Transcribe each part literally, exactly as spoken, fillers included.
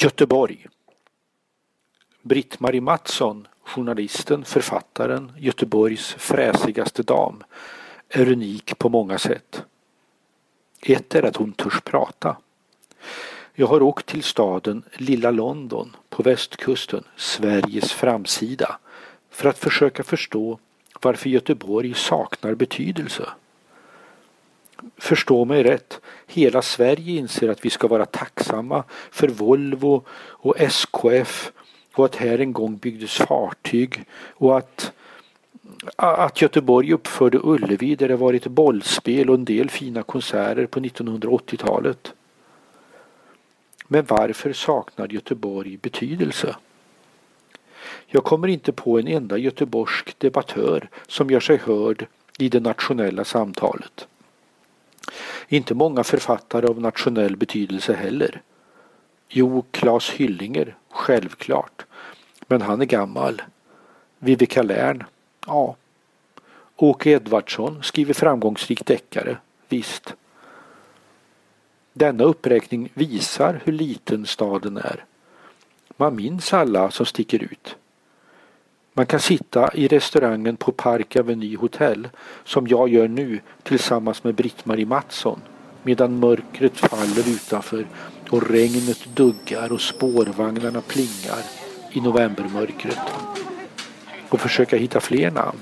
Göteborg. Britt-Marie Mattsson, journalisten, författaren, Göteborgs fräsigaste dam, är unik på många sätt. Ett är att hon törs prata. Jag har åkt till staden Lilla London på västkusten, Sveriges framsida, för att försöka förstå varför Göteborg saknar betydelse. Förstå mig rätt, hela Sverige inser att vi ska vara tacksamma för Volvo och S K F och att här en gång byggdes fartyg och att, att Göteborg uppförde Ullevi där det varit bollspel och en del fina konserter på nittonhundraåttiotalet. Men varför saknar Göteborg betydelse? Jag kommer inte på en enda göteborgsk debattör som gör sig hörd i det nationella samtalet. Inte många författare av nationell betydelse heller. Jo, Claes Hyllinger, självklart. Men han är gammal. Vivica Lärn, ja. Åke Edvardsson skriver framgångsrikt deckare, visst. Denna uppräkning visar hur liten staden är. Man minns alla som sticker ut. Man kan sitta i restaurangen på Park Avenue Hotel som jag gör nu tillsammans med Britt-Marie Mattsson medan mörkret faller utanför och regnet duggar och spårvagnarna plingar i novembermörkret och försöka hitta fler namn.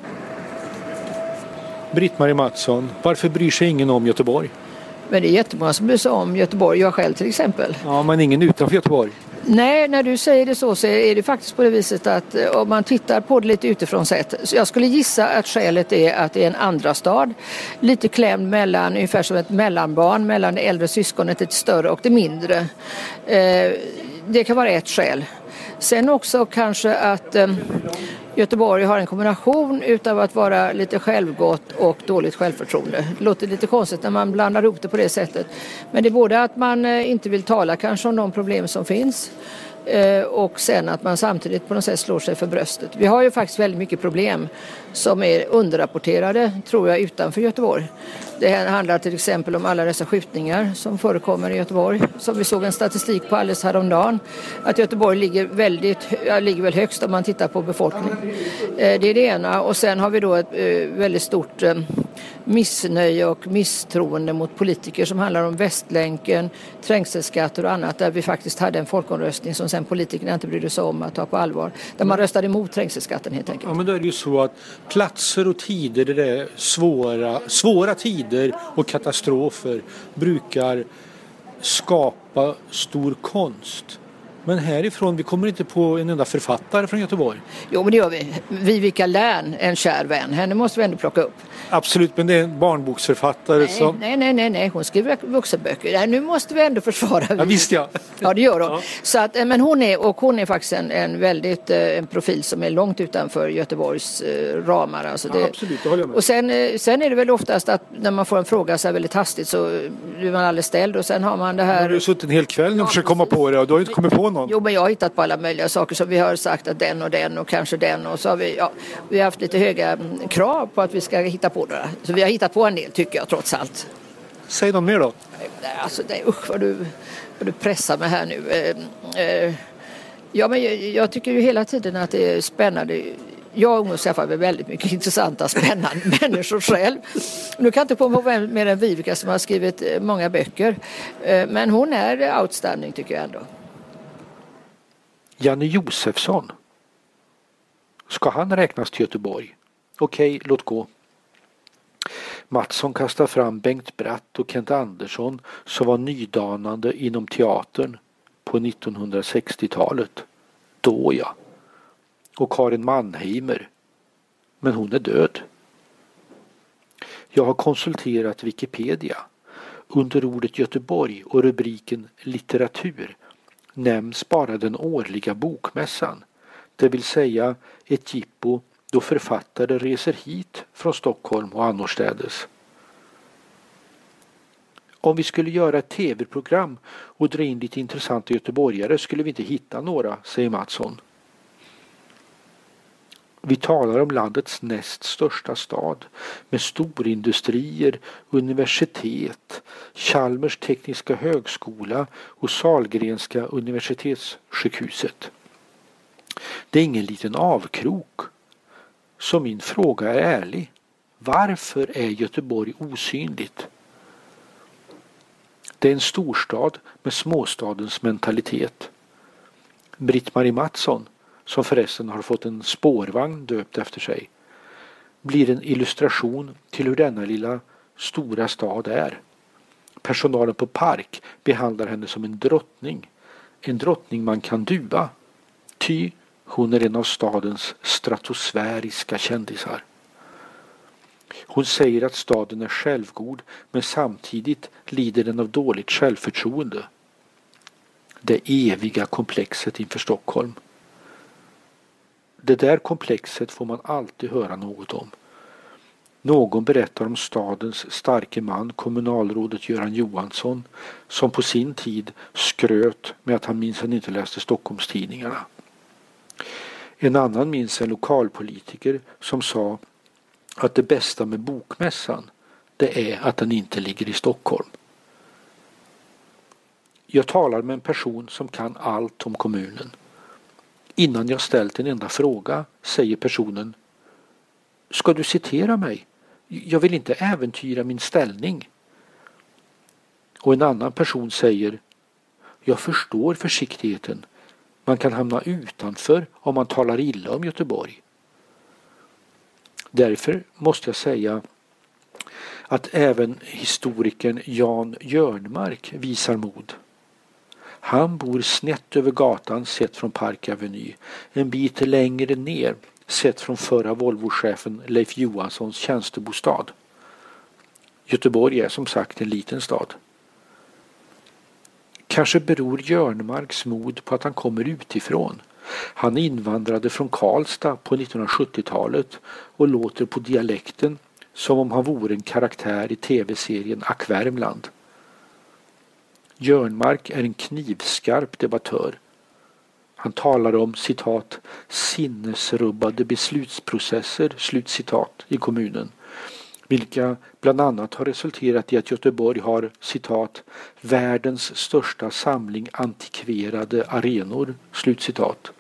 Britt-Marie Mattsson, varför bryr sig ingen om Göteborg? Men det är jättemånga som bryr sig om Göteborg, jag själv till exempel. Ja, men ingen utanför Göteborg. Nej, när du säger det så så är det faktiskt på det viset att om man tittar på det lite utifrån sett. Så jag skulle gissa att skälet är att det är en andra stad. Lite klämd mellan, ungefär som ett mellanbarn mellan det äldre syskonet, det större och det mindre. Eh, det kan vara ett skäl. Sen också kanske att eh, Göteborg har en kombination utav att vara lite självgott och dåligt självförtroende. Det låter lite konstigt när man blandar ihop det på det sättet. Men det är både att man eh, inte vill tala kanske om de problem som finns eh, och sen att man samtidigt på något sätt slår sig för bröstet. Vi har ju faktiskt väldigt mycket problem som är underrapporterade, tror jag, utanför Göteborg. Det handlar till exempel om alla dessa skjutningar som förekommer i Göteborg. Som vi såg en statistik på alldeles häromdagen. Att Göteborg ligger väldigt ja, ligger väl högst om man tittar på befolkning. Det är det ena. Och sen har vi då ett väldigt stort missnöje och misstroende mot politiker som handlar om Västlänken, trängselskatter och annat. Där vi faktiskt hade en folkomröstning som sen politikerna inte brydde sig om att ta på allvar. Där man röstade emot trängselskatten helt enkelt. Ja, men då är det ju så att platser och tider där det är svåra, svåra tider och katastrofer brukar skapa stor konst. Men härifrån, vi kommer inte på en enda författare från Göteborg. Jo, men det gör vi. Vivica Lärn, en kär vän. Henne måste vi ändå plocka upp. Absolut, men det är en barnboksförfattare nej, som... Nej, nej, nej, nej. Hon skriver vuxenböcker. Nej, nu måste vi ändå försvara. Ja, visst ja. Ja, det gör hon. Ja. Så att, men hon är, och hon är faktiskt en, en väldigt en profil som är långt utanför Göteborgs eh, ramar. Alltså det, ja, absolut, det håller jag med. Och sen, sen är det väl oftast att när man får en fråga så här väldigt hastigt så blir man alldeles ställd och sen har man det här... Du har suttit en hel kväll och försökt komma på det och du har inte kommit på någon. Jo, men jag har hittat på alla möjliga saker som vi har sagt att den och den och kanske den och så har vi, ja, vi har haft lite höga krav på att vi ska hitta på det. Så vi har hittat på en del tycker jag trots allt. Säg någon mer då. Alltså det, usch vad du, vad du pressar mig här nu. Eh, eh, ja, men jag, jag tycker ju hela tiden att det är spännande. Jag umgås i alla fall med väldigt mycket intressanta, spännande människor själv. Nu kan jag inte komma på mer än Vivica som har skrivit många böcker. Eh, men hon är outstanding tycker jag ändå. Janne Josefsson. Ska han räknas till Göteborg? Okej, låt gå. Mattsson kastar fram Bengt Bratt och Kent Andersson som var nydanande inom teatern på nittonhundrasextiotalet. Då ja. Och Karin Mannheimer. Men hon är död. Jag har konsulterat Wikipedia. Under ordet Göteborg och rubriken litteratur nämns bara den årliga bokmässan, det vill säga ett jippo då författare reser hit från Stockholm och annorstädes. Om vi skulle göra ett tv-program och dra in lite intressanta göteborgare skulle vi inte hitta några, säger Mattsson. Vi talar om landets näst största stad med storindustrier, universitet, Chalmers tekniska högskola och Sahlgrenska universitetssjukhuset. Det är ingen liten avkrok. Så min fråga är ärlig. Varför är Göteborg osynligt? Det är en storstad med småstadens mentalitet. Britt-Marie Mattsson, som förresten har fått en spårvagn döpt efter sig, blir en illustration till hur denna lilla stora stad är. Personalen på Park behandlar henne som en drottning. En drottning man kan duva. Ty hon är en av stadens stratosfäriska kändisar. Hon säger att staden är självgod, men samtidigt lider den av dåligt självförtroende. Det eviga komplexet inför Stockholm. Det där komplexet får man alltid höra något om. Någon berättar om stadens starke man, kommunalrådet Göran Johansson, som på sin tid skröt med att han minns han inte läste Stockholmstidningarna. En annan minns en lokalpolitiker som sa att det bästa med bokmässan, det är att den inte ligger i Stockholm. Jag talar med en person som kan allt om kommunen. Innan jag ställt en enda fråga säger personen: ska du citera mig? Jag vill inte äventyra min ställning. Och en annan person säger: jag förstår försiktigheten. Man kan hamna utanför om man talar illa om Göteborg. Därför måste jag säga att även historikern Jan Jörnmark visar mod. Han bor snett över gatan sett från Park Avenue, en bit längre ner sett från förra Volvo-chefen Leif Johanssons tjänstebostad. Göteborg är som sagt en liten stad. Kanske beror Jörnmarks mod på att han kommer utifrån. Han invandrade från Karlstad på nittonhundrasjuttiotalet och låter på dialekten som om han vore en karaktär i tv-serien Ack Värmland. Jörnmark är en knivskarp debattör. Han talar om, citat, sinnesrubbade beslutsprocesser, slutcitat, i kommunen, vilka bland annat har resulterat i att Göteborg har, citat, världens största samling antikverade arenor, slutcitat.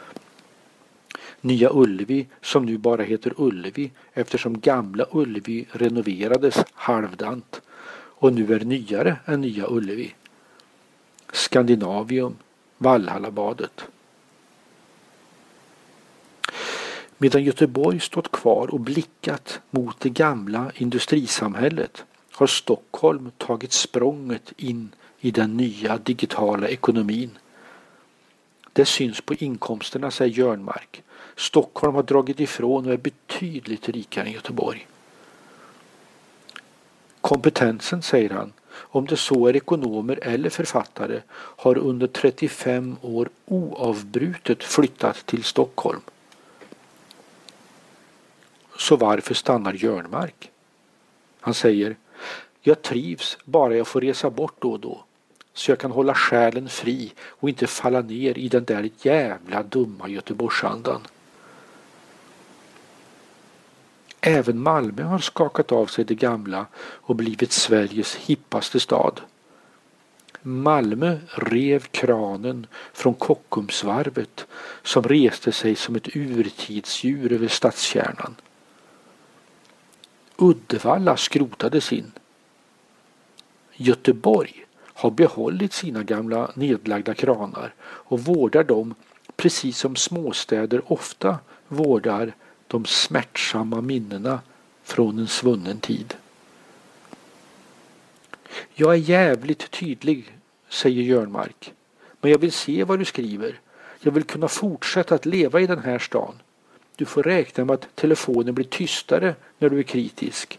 Nya Ullevi, som nu bara heter Ullevi eftersom gamla Ullevi renoverades halvdant och nu är nyare än Nya Ullevi. Skandinavium, Valhallabadet. Medan Göteborg stått kvar och blickat mot det gamla industrisamhället har Stockholm tagit språnget in i den nya digitala ekonomin. Det syns på inkomsterna, säger Jörnmark. Stockholm har dragit ifrån och är betydligt rikare än Göteborg. Kompetensen, säger han, om det så är ekonomer eller författare, har under trettiofem år oavbrutet flyttat till Stockholm. Så varför stannar Jörnmark? Han säger: jag trivs bara jag får resa bort då och då, så jag kan hålla själen fri och inte falla ner i den där jävla dumma Göteborgsandan. Även Malmö har skakat av sig det gamla och blivit Sveriges hippaste stad. Malmö rev kranen från Kockumsvarvet som reste sig som ett urtidsdjur över stadskärnan. Uddevalla skrotades in. Göteborg har behållit sina gamla nedlagda kranar och vårdar dem precis som småstäder ofta vårdar de smärtsamma minnena från en svunnen tid. Jag är jävligt tydlig, säger Jörnmark, men jag vill se vad du skriver. Jag vill kunna fortsätta att leva i den här stan. Du får räkna med att telefonen blir tystare när du är kritisk.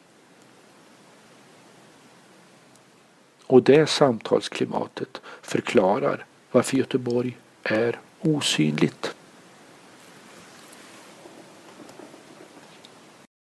Och det samtalsklimatet förklarar varför Göteborg är osynligt.